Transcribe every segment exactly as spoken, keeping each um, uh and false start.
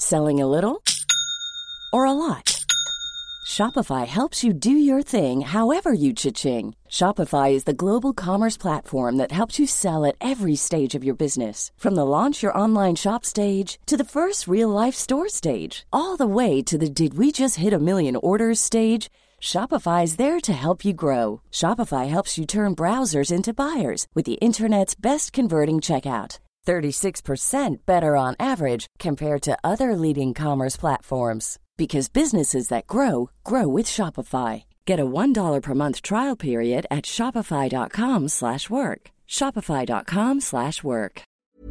Selling a little or a lot? Shopify helps you do your thing however you cha-ching. Shopify is the global commerce platform that helps you sell at every stage of your business. From the launch your online shop stage to the first real-life store stage, all the way to the did we just hit a million orders stage. Shopify is there to help you grow. Shopify helps you turn browsers into buyers with the internet's best converting checkout. thirty-six percent better on average compared to other leading commerce platforms. Because businesses that grow, grow with Shopify. Get a one dollar per month trial period at shopify.com slash work. Shopify.com slash work.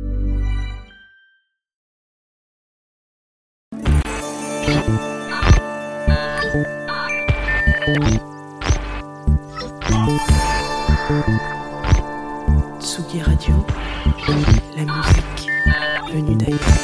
Tsugi Radio, la musique venue d'ailleurs.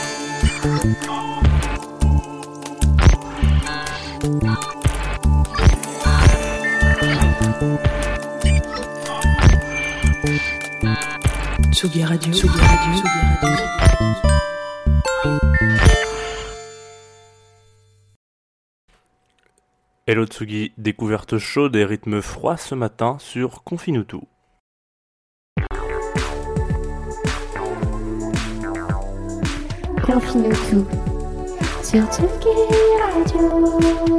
Tsugi Radio, Tsugi Radio, Tsugi Radio. Hello Tsugi, découverte chaude et rythme froid ce matin sur Confinutu. Confinutu sur Tsugi Radio.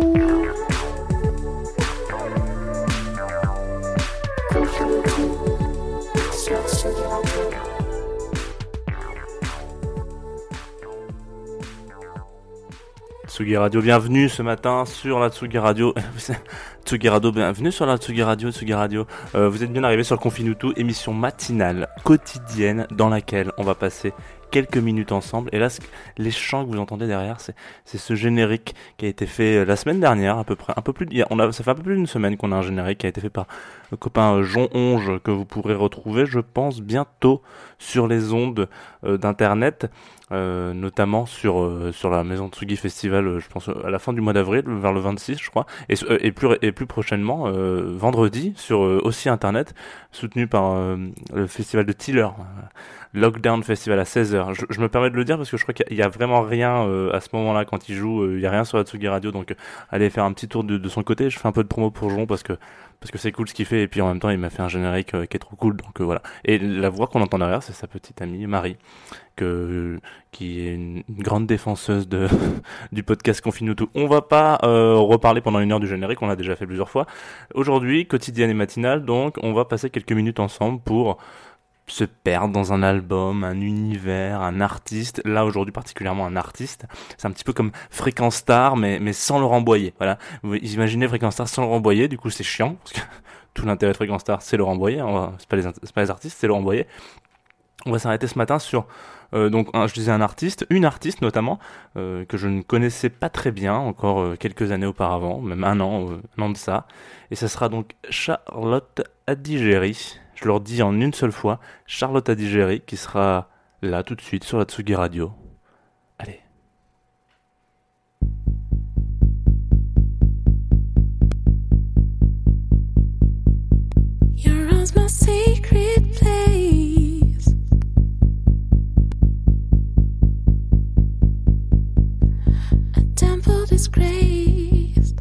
Tsugi Radio, bienvenue ce matin sur la Tsugi Radio. Tsugi Radio, bienvenue sur la Tsugi Radio, Tsugi Radio. Euh, vous êtes bien arrivés sur Confinutu, émission matinale, quotidienne, dans laquelle on va passer quelques minutes ensemble. Et là, les chants que vous entendez derrière, c'est, c'est ce générique qui a été fait la semaine dernière, à peu près, un peu plus, on a, ça fait un peu plus d'une semaine qu'on a un générique qui a été fait par le copain Jon Onge, que vous pourrez retrouver, je pense, bientôt sur les ondes euh, d'internet. Euh, notamment sur euh, sur la Maison Tsugi Festival, euh, je pense à la fin du mois d'avril, vers le vingt-six, je crois, et euh, et plus et plus prochainement euh, vendredi sur euh, aussi internet, soutenu par euh, le festival de Tiller, euh, Lockdown Festival à seize heures. Je, je me permets de le dire parce que je crois qu'il y a, il y a vraiment rien euh, à ce moment-là quand il joue, euh, il y a rien sur la Tsugi Radio, donc euh, allez faire un petit tour de, de son côté. Je fais un peu de promo pour Jon parce que parce que c'est cool ce qu'il fait, et puis en même temps il m'a fait un générique euh, qui est trop cool, donc euh, voilà. Et la voix qu'on entend derrière, c'est sa petite amie Marie, que qui est une, une grande défenseuse de du podcast Confinutu. On va pas euh, reparler pendant une heure du générique, on l'a déjà fait plusieurs fois. Aujourd'hui, quotidienne et matinale, donc on va passer quelques minutes ensemble pour se perdre dans un album, un univers, un artiste. Là aujourd'hui particulièrement un artiste. C'est un petit peu comme Fréquence Star, mais mais sans Laurent Boyer. Voilà. Vous imaginez Fréquence Star sans Laurent Boyer, du coup c'est chiant parce que tout l'intérêt de Fréquence Star c'est Laurent Boyer. Hein, c'est pas les c'est pas les artistes, c'est Laurent Boyer. On va s'arrêter ce matin sur euh, donc un, je disais un artiste, une artiste notamment euh, que je ne connaissais pas très bien encore euh, quelques années auparavant, même un an, euh, un an de ça. Et ça sera donc Charlotte Adigéry. Je leur dis en une seule fois, Charlotte Adigéry, qui sera là tout de suite sur la Tsugi Radio. Allez. Your arms, my sacred place. A temple disgraced.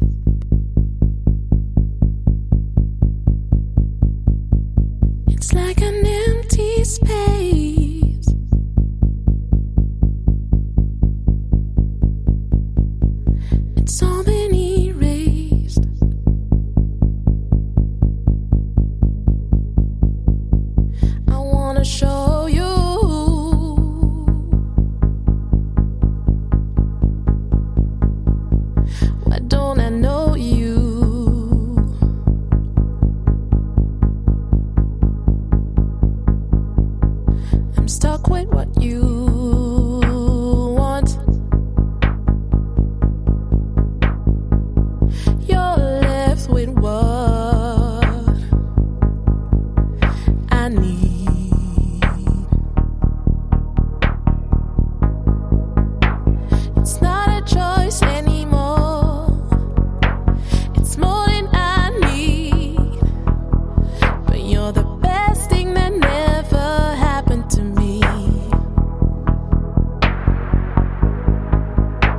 It's like an empty space. It's all been erased. I wanna show you why don't I know you? I'm stuck with what you want. You're left with what I need. It's not a choice anymore. It's more than I need. But you're the best thing that never happened to me.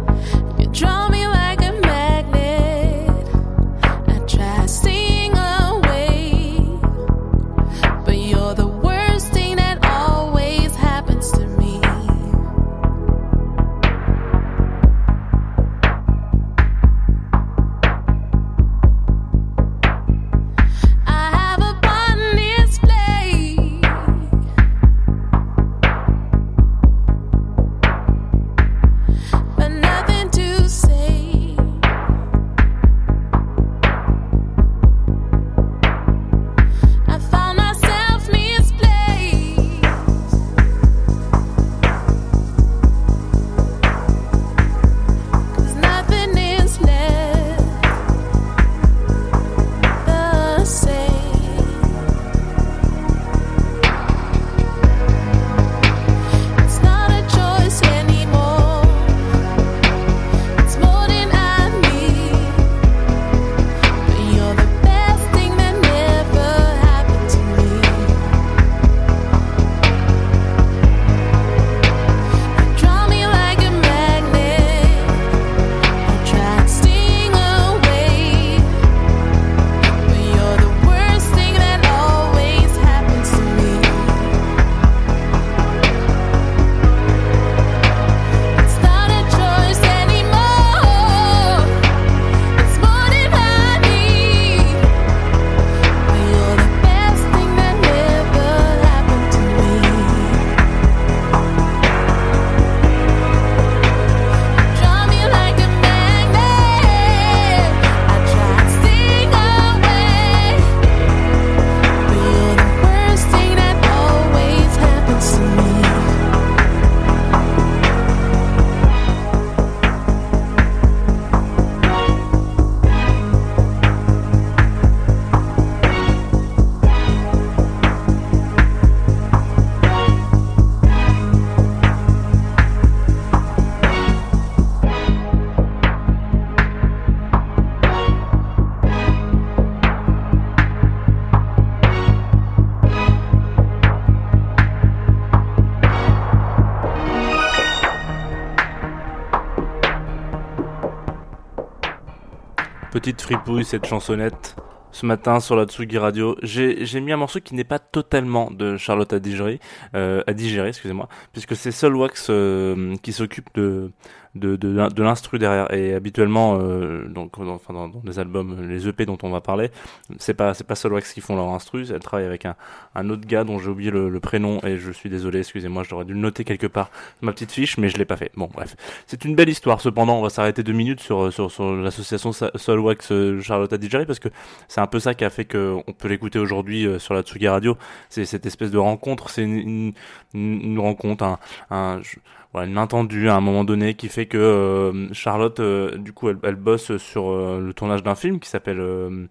Petite fripouille, cette chansonnette. Ce matin sur la Tsugi Radio, j'ai, j'ai mis un morceau qui n'est pas totalement de Charlotte à digérer, euh, à digérer, excusez-moi, puisque c'est Soulwax euh, qui s'occupe de de de, de l'instru derrière. Et habituellement, euh, donc dans, enfin dans, dans les albums, les E P dont on va parler, c'est pas c'est pas Soulwax qui font leur instru, elle travaille avec un un autre gars dont j'ai oublié le, le prénom et je suis désolé, excusez-moi, j'aurais dû le noter quelque part dans ma petite fiche, mais je l'ai pas fait. Bon, bref, c'est une belle histoire. Cependant, on va s'arrêter deux minutes sur sur sur l'association Soulwax euh, Charlotte à digérer parce que c'est un peu ça qui a fait que on peut l'écouter aujourd'hui euh, sur la Tsugi Radio. C'est cette espèce de rencontre, c'est une, une, une rencontre, un, un je, voilà, une main tendue à un moment donné qui fait que euh, Charlotte, euh, du coup, elle, elle bosse sur euh, le tournage d'un film qui s'appelle euh,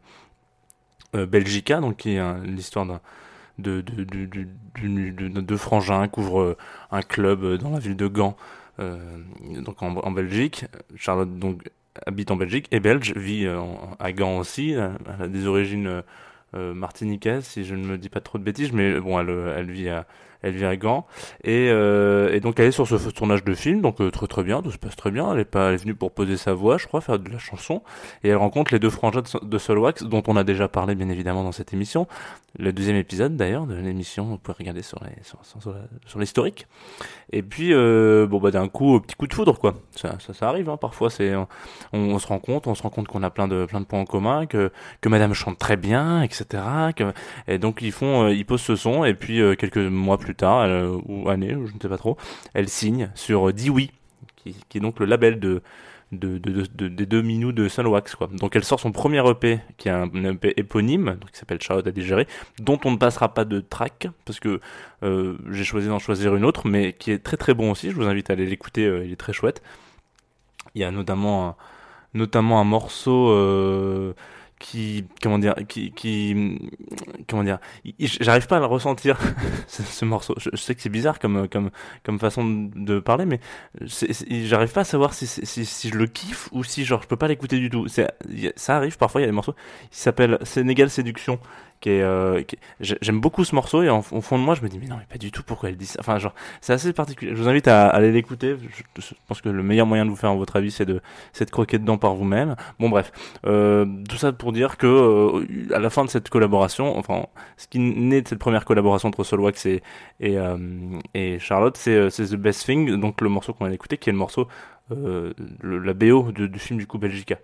euh, Belgica, donc qui est hein, l'histoire d'un de de de de, de, de, de, de frangins couvre euh, un club dans la ville de Gand, euh, donc en, en Belgique. Charlotte donc habite en Belgique, est belge, vit euh, à Gand aussi, elle a des origines euh, euh, martiniquaises, si je ne me dis pas trop de bêtises, mais bon, elle, elle vit à, elle vit à Gand, et, euh, et donc elle est sur ce tournage de film, donc euh, très très bien, tout se passe très bien, elle est pas, elle est venue pour poser sa voix, je crois, faire de la chanson, et elle rencontre les deux frangins de, de Soulwax, dont on a déjà parlé bien évidemment dans cette émission, le deuxième épisode d'ailleurs de l'émission, vous pouvez regarder sur les, sur, sur, sur, la, sur l'historique, et puis euh, bon bah d'un coup, petit coup de foudre quoi, ça, ça, ça arrive, hein, parfois c'est, on, on se rend compte, on se rend compte qu'on a plein de, plein de points en commun, que, que madame chante très bien, et cetera, que, et donc ils font, euh, ils posent ce son, et puis euh, quelques mois plus tard, elle, ou années, je ne sais pas trop, elle signe sur Dis Oui, qui, qui est donc le label de, de, de, de, de des deux minous de Soulwax, quoi. Donc elle sort son premier E P, qui est un E P éponyme, donc qui s'appelle Charlotte à digérer, dont on ne passera pas de track, parce que euh, j'ai choisi d'en choisir une autre, mais qui est très très bon aussi, je vous invite à aller l'écouter, euh, il est très chouette. Il y a notamment un, notamment un morceau... Euh, qui comment dire qui qui comment dire j'arrive pas à le ressentir ce, ce morceau je, je sais que c'est bizarre comme comme comme façon de parler mais c'est, c'est, j'arrive pas à savoir si, si si je le kiffe ou si genre je peux pas l'écouter du tout. C'est ça arrive parfois, il y a des morceaux qui s'appellent Sénégal Séduction qui est, euh, qui est, j'aime beaucoup ce morceau et en, au fond de moi je me dis mais non mais pas du tout, pourquoi elle dit ça, enfin genre c'est assez particulier. Je vous invite à, à aller l'écouter. Je, je pense que le meilleur moyen de vous faire votre avis c'est de c'est de croquer dedans par vous-même. Bon bref, euh, tout ça pour dire que euh, à la fin de cette collaboration, enfin ce qui naît de cette première collaboration entre Soulwax et et, euh, et Charlotte, c'est c'est The Best Thing, donc le morceau qu'on vient d'écouter qui est le morceau euh, le, la B O de, du film du coup Belgica.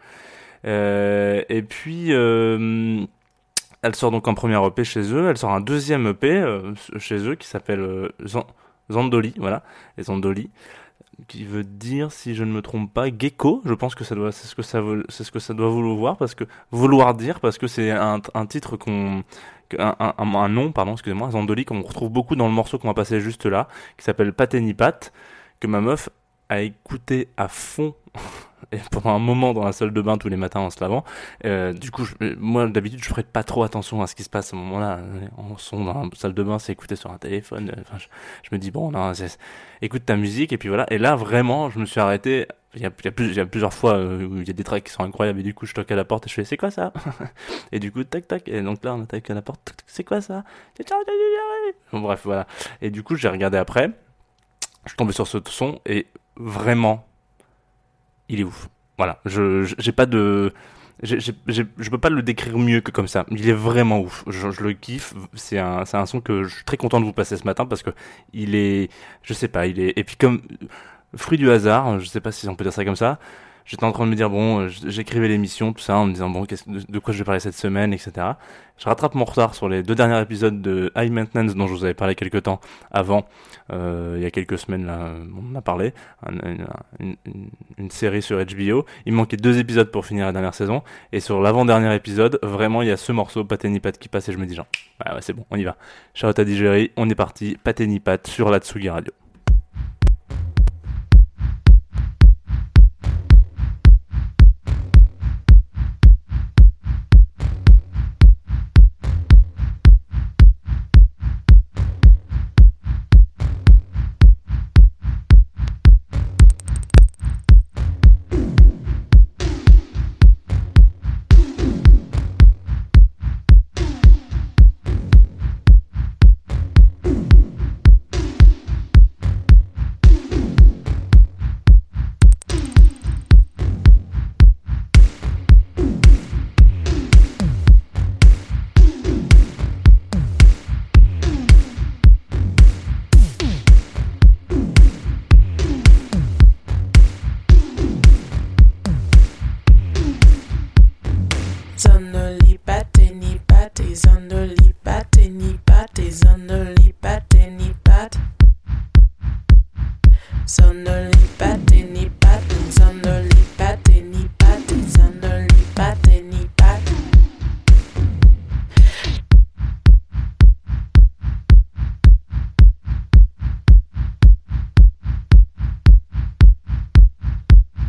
Euh, et puis euh, elle sort donc un premier E P chez eux, elle sort un deuxième E P euh, chez eux qui s'appelle euh, Zandoli, voilà, et Zandoli, qui veut dire, si je ne me trompe pas, gecko. Je pense que ça doit, c'est ce que ça veut, c'est ce que ça doit vouloir parce que vouloir dire parce que c'est un, un titre qu'on, un, un, un nom, pardon, excusez-moi, Zandoli, qu'on retrouve beaucoup dans le morceau qu'on va passer juste là, qui s'appelle Pâté ni Pâte, que ma meuf a écouté à fond. Et pendant un moment dans la salle de bain tous les matins en se lavant. Euh, du coup, je, moi d'habitude, je prête pas trop attention à ce qui se passe à ce moment-là. En son dans la salle de bain, c'est écouter sur un téléphone. Enfin, je, je me dis bon, non, c'est, écoute ta musique et puis voilà. Et là, vraiment, je me suis arrêté. Il y a, il y a, plus, il y a plusieurs fois où il y a des tracks qui sont incroyables et du coup, je toque à la porte et je fais c'est quoi ça? Et du coup, tac tac. Et donc là, on attaque à la porte. C'est quoi ça? Bon, bref, voilà. Et du coup, j'ai regardé après. Je suis tombé sur ce son et vraiment. Il est ouf. Voilà, je j'ai pas de, j'ai, j'ai, j'ai, je peux pas le décrire mieux que comme ça. Il est vraiment ouf. Je, je le kiffe. C'est un c'est un son que je suis très content de vous passer ce matin parce que il est, je sais pas, il est et puis comme fruit du hasard, je sais pas si on peut dire ça comme ça. J'étais en train de me dire bon, j'écrivais l'émission, tout ça, en me disant bon, qu'est-ce, de quoi je vais parler cette semaine, et cetera. Je rattrape mon retard sur les deux derniers épisodes de High Maintenance dont je vous avais parlé quelques temps avant, euh, il y a quelques semaines là, on en a parlé, une, une, une, une série sur H B O. Il me manquait deux épisodes pour finir la dernière saison, et sur l'avant-dernier épisode, vraiment il y a ce morceau Pâté ni Pâte qui passe et je me dis genre, ouais, ouais c'est bon, on y va. Charlotte à digérer, on est parti, Pâté ni Pâte sur la Tsugi Radio.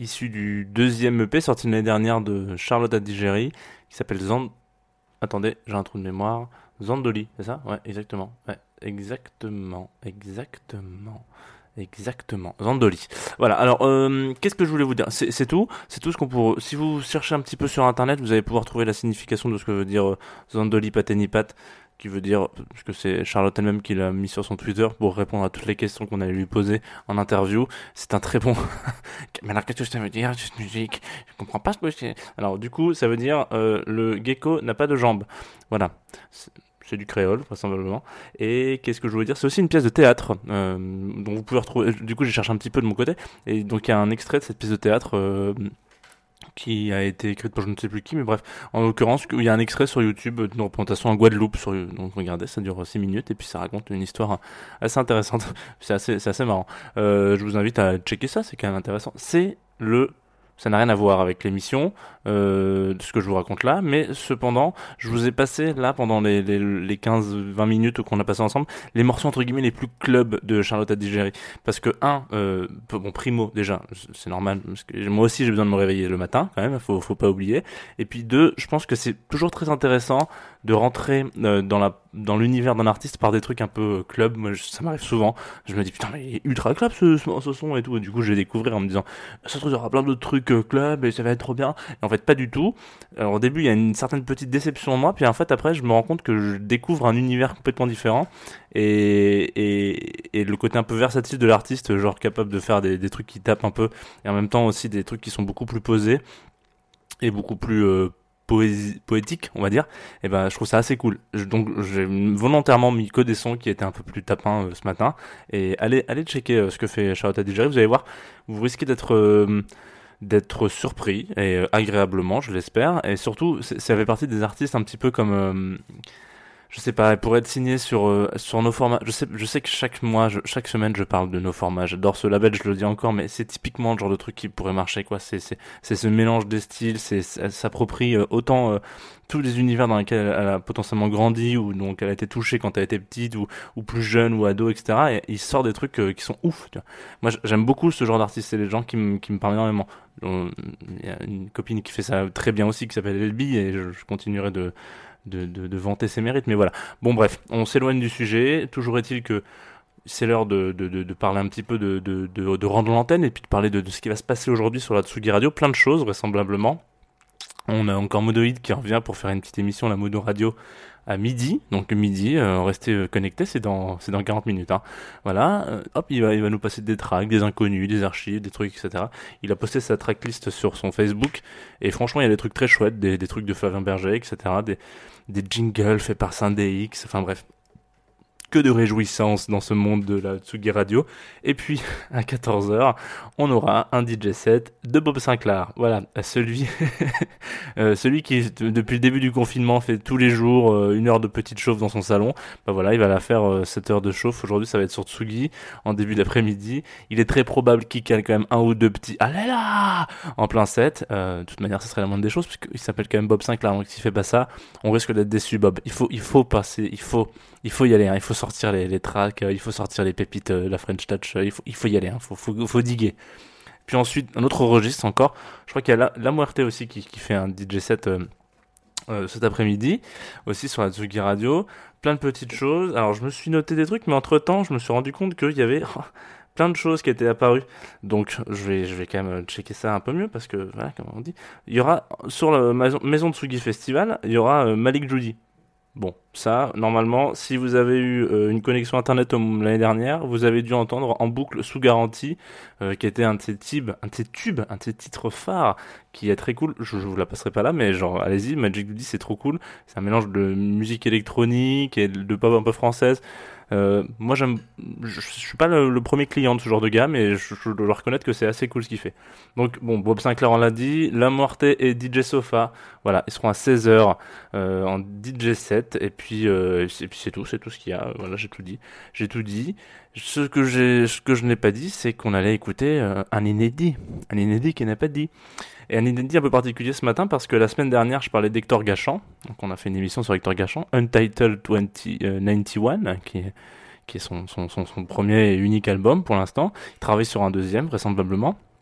issu du deuxième E P sorti l'année dernière de Charlotte Adigéry, qui s'appelle Zand... Attendez, j'ai un trou de mémoire. Zandoli, c'est ça? Ouais, exactement. Ouais, exactement, exactement. Exactement, Zandoli. Voilà, alors, euh, qu'est-ce que je voulais vous dire? C'est, c'est tout, c'est tout ce qu'on peut... Si vous cherchez un petit peu sur Internet, vous allez pouvoir trouver la signification de ce que veut dire euh, Zandoli Patenipat, qui veut dire, parce que c'est Charlotte elle-même qui l'a mis sur son Twitter pour répondre à toutes les questions qu'on allait lui poser en interview. C'est un très bon... Mais alors, qu'est-ce que ça veut dire, cette musique? Je comprends pas ce que c'est. Alors, du coup, ça veut dire, euh, le gecko n'a pas de jambes. Voilà. C'est... C'est du créole, vraisemblablement. Et qu'est-ce que je voulais dire? C'est aussi une pièce de théâtre, euh, dont vous pouvez retrouver... Du coup, j'ai cherché un petit peu de mon côté. Et donc, il y a un extrait de cette pièce de théâtre euh, qui a été écrite par je ne sais plus qui, mais bref. En l'occurrence, il y a un extrait sur YouTube d'une représentation en Guadeloupe. Sur, donc, regardez, ça dure six minutes. Et puis, ça raconte une histoire assez intéressante. C'est assez, c'est assez marrant. Euh, je vous invite à checker ça, c'est quand même intéressant. C'est le... Ça n'a rien à voir avec l'émission, euh, de ce que je vous raconte là, mais cependant, je vous ai passé là, pendant les, les, les quinze vingt minutes qu'on a passé ensemble, les morceaux entre guillemets les plus club de Charlotte Adigéry. Parce que, un, euh, bon, primo, déjà, c'est normal, parce que moi aussi j'ai besoin de me réveiller le matin, quand même, faut, faut pas oublier. Et puis deux, je pense que c'est toujours très intéressant de rentrer euh, dans la dans l'univers d'un artiste par des trucs un peu club. Moi, je, ça m'arrive souvent. Je me dis, putain, mais il est ultra club ce, ce, ce son et tout. Et du coup, je vais découvrir en me disant, ça se trouve, il y aura plein d'autres trucs euh, club et ça va être trop bien. Et en fait, pas du tout. Alors, au début, il y a une certaine petite déception en moi. Puis en fait, après, je me rends compte que je découvre un univers complètement différent. Et, et, et le côté un peu versatile de l'artiste, genre capable de faire des, des trucs qui tapent un peu. Et en même temps aussi des trucs qui sont beaucoup plus posés. Et beaucoup plus... Euh, Poésie, poétique, on va dire, et ben je trouve ça assez cool. Je, donc j'ai volontairement mis que des sons qui étaient un peu plus tapins euh, ce matin. Et allez, allez checker euh, ce que fait Charlotte Adigéry. Vous allez voir, vous risquez d'être euh, d'être surpris et euh, agréablement, je l'espère. Et surtout, ça fait partie des artistes un petit peu comme euh, je sais pas, elle pourrait être signée sur euh, sur nos formats. Je sais, je sais que chaque mois, je, chaque semaine, je parle de nos formats. J'adore ce label, je le dis encore, mais c'est typiquement le genre de truc qui pourrait marcher, quoi. C'est c'est c'est ce mélange des styles, c'est elle s'approprie euh, autant euh, tous les univers dans lesquels elle a potentiellement grandi ou donc elle a été touchée quand elle était petite ou ou plus jeune ou ado, et cetera. Et il sort des trucs euh, qui sont ouf. Tu vois. Moi, j'aime beaucoup ce genre d'artistes. C'est les gens qui me qui me parlent énormément. Il y a une copine qui fait ça très bien aussi, qui s'appelle Elbi, et je, je continuerai de De, de, de vanter ses mérites, mais voilà. Bon bref, on s'éloigne du sujet. Toujours est-il que c'est l'heure de, de, de, de parler un petit peu, de, de, de, de rendre l'antenne et puis de parler de, de ce qui va se passer aujourd'hui sur la Tsugi Radio. Plein de choses, vraisemblablement. On a encore Modoïd qui revient pour faire une petite émission, la Modo Radio, à midi. Donc midi, euh, restez connectés, c'est dans c'est dans quarante minutes. Hein. Voilà, euh, hop, il va il va nous passer des tracks, des inconnus, des archives, des trucs, et cetera. Il a posté sa tracklist sur son Facebook et franchement, il y a des trucs très chouettes, des des trucs de Flavien Berger, et cetera. Des des jingles faits par Synday X. Enfin bref. Que de réjouissance dans ce monde de la Tsugi Radio. Et puis, à quatorze heures, on aura un D J set de Bob Sinclair. Voilà, celui euh, celui qui, depuis le début du confinement, fait tous les jours euh, une heure de petite chauffe dans son salon. Bah voilà, il va la faire euh, cette heure de chauffe. Aujourd'hui, ça va être sur Tsugi, en début d'après-midi. Il est très probable qu'il cale quand même un ou deux petits « Allez là !» en plein set. Euh, de toute manière, ça serait la moindre des choses, puisqu'il s'appelle quand même Bob Sinclair. Donc, s'il fait pas ça, on risque d'être déçu, Bob. Il faut, il faut passer, il faut... Il faut y aller, hein. Il faut sortir les, les tracks, euh, il faut sortir les pépites, euh, la French Touch, euh, il, faut, il faut y aller, hein. faut, faut, faut diguer. Puis ensuite, un autre registre encore, je crois qu'il y a la, la Muerte aussi qui, qui fait un D J set euh, euh, cet après-midi, aussi sur la Tsugi Radio, plein de petites choses. Alors je me suis noté des trucs, mais entre-temps, je me suis rendu compte qu'il y avait oh, plein de choses qui étaient apparues. Donc je vais, je vais quand même checker ça un peu mieux, parce que, voilà, comme on dit, il y aura, sur la maison, maison Tsugi Festival, il y aura euh, Malik Judy. Bon, ça, normalement, si vous avez eu euh, une connexion internet l'année dernière, vous avez dû entendre en boucle sous garantie, euh, qui était un de ces tubes, un de ces tubes, un de ces titres phares, qui est très cool. Je, je vous la passerai pas là, mais genre, allez-y, Magic Judy, c'est trop cool. C'est un mélange de musique électronique et de pop un peu française. Euh, moi, j'aime, je, je suis pas le, le premier client de ce genre de gars, mais je, je dois reconnaître que c'est assez cool ce qu'il fait. Donc, bon, Bob Sinclair, on l'a dit, La Muerte et D J Sofa, voilà, ils seront à seize heures euh, en D J set, et puis, euh, et puis c'est tout, c'est tout ce qu'il y a. Voilà, j'ai tout dit, j'ai tout dit. Ce que j'ai, ce que je n'ai pas dit, c'est qu'on allait écouter euh, un inédit, un inédit qui n'est pas dit. Et un inédit un peu particulier ce matin parce que la semaine dernière, je parlais d'Hector Gachan. Donc, on a fait une émission sur Hector Gachan, Untitled vingt, euh, quatre-vingt-un, qui est, qui est son, son, son, son premier et unique album pour l'instant. Il travaille sur un deuxième, vraisemblablement.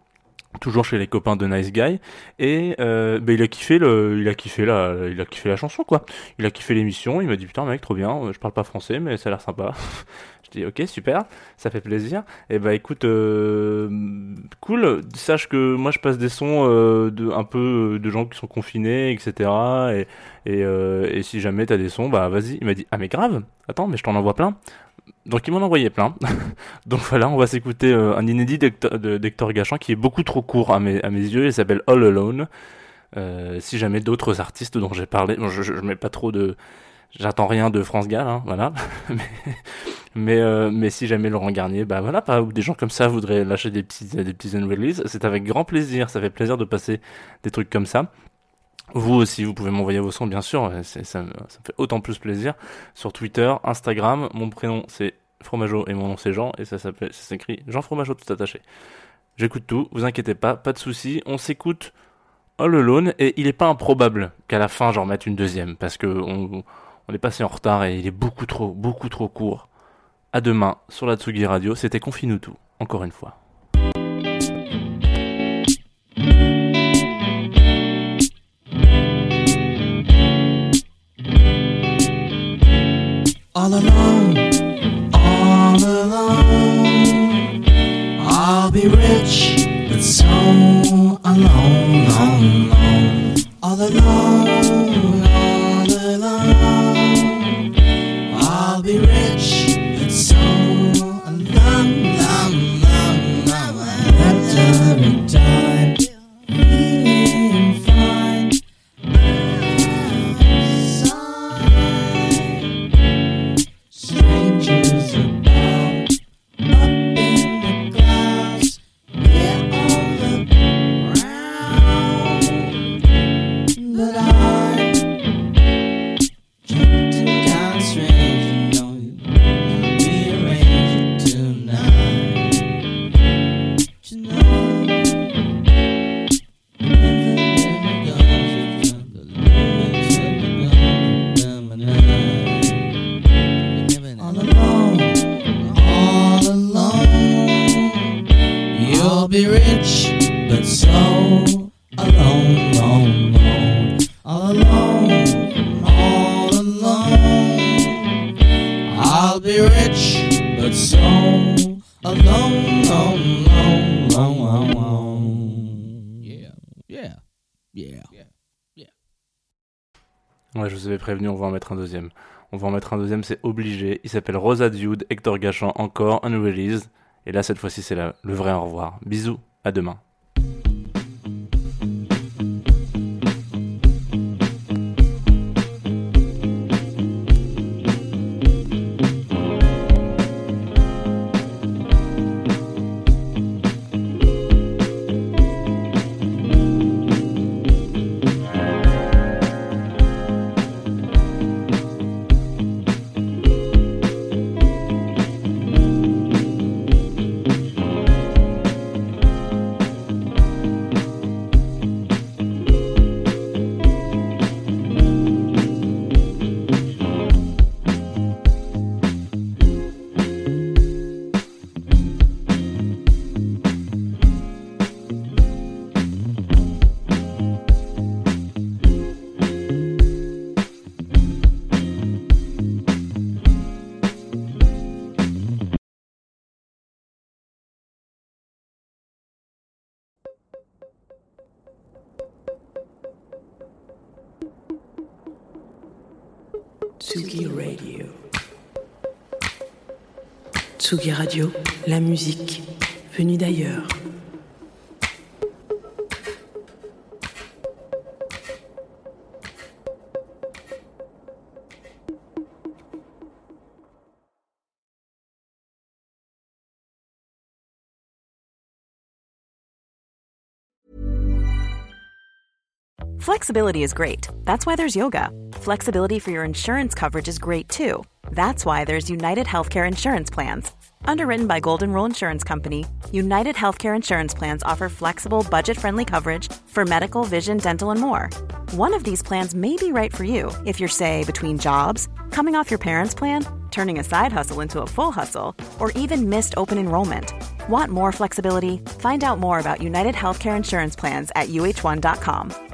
toujours chez les copains de Nice Guy, et euh, bah, il a kiffé le, il a kiffé la, il a kiffé la chanson quoi. Il a kiffé l'émission. Il m'a dit putain mec trop bien. Je parle pas français mais ça a l'air sympa. Je dis ok super, ça fait plaisir. Et bah écoute, euh, cool. Sache que moi je passe des sons euh, de un peu de gens qui sont confinés, et cetera. Et et, euh, et si jamais t'as des sons, bah vas-y. Il m'a dit ah mais grave. Attends mais je t'en envoie plein. Donc il m'en envoyait plein. Donc voilà, on va s'écouter euh, un inédit d'Hector, de, d'Hector Gachant qui est beaucoup trop court à mes à mes yeux. Il s'appelle All Alone. Euh, si jamais d'autres artistes dont j'ai parlé, bon, je, je, je mets pas trop de J'attends rien de France Gall, hein, voilà. mais mais, euh, mais si jamais Laurent Garnier, bah voilà, pas, ou des gens comme ça voudraient lâcher des petits des petits unrelease, c'est avec grand plaisir. Ça fait plaisir de passer des trucs comme ça. Vous aussi, vous pouvez m'envoyer vos sons, bien sûr. C'est, ça, me, ça me fait autant plus plaisir. Sur Twitter, Instagram, mon prénom c'est Fromageau et mon nom c'est Jean, et ça s'appelle, ça s'écrit Jean Fromageau tout attaché. J'écoute tout, vous inquiétez pas, pas de soucis. On s'écoute All Alone, et il est pas improbable qu'à la fin j'en mette une deuxième, parce que on On est passé en retard et il est beaucoup trop, beaucoup trop court. À demain sur la Tsugi Radio. C'était Confine-nous tout, encore une fois. All alone, all alone. I'll be rich, but so alone, alone, alone. All alone, all alone. I'll be rich, but so alone, alone, alone, alone. After a time, feeling fine. Strangers about, up in the clouds, we're on the ground. But I jumped and got strange, you know you rearrange it tonight. You know, never goes, the limits never go. All alone, all alone. You'll be rich, but so alone, alone, alone. All alone, all alone. I'll be rich, but so alone, alone, alone, alone, alone. Yeah, yeah, yeah, yeah. Ouais, je vous avais prévenu, on va en mettre un deuxième. On va en mettre un deuxième, c'est obligé. Il s'appelle Rosa Dude, Hector Gachant, encore, unreleased. Et là, cette fois-ci, c'est la, le vrai au revoir. Bisous, à demain. Tsugi Radio. Tsugi Radio, la musique venue d'ailleurs. Flexibility is great. That's why there's yoga. Flexibility for your insurance coverage is great too. That's why there's United Healthcare Insurance Plans. Underwritten by Golden Rule Insurance Company, United Healthcare Insurance Plans offer flexible, budget-friendly coverage for medical, vision, dental, and more. One of these plans may be right for you if you're, say, between jobs, coming off your parents' plan, turning a side hustle into a full hustle, or even missed open enrollment. Want more flexibility? Find out more about United Healthcare Insurance Plans at U H one dot com.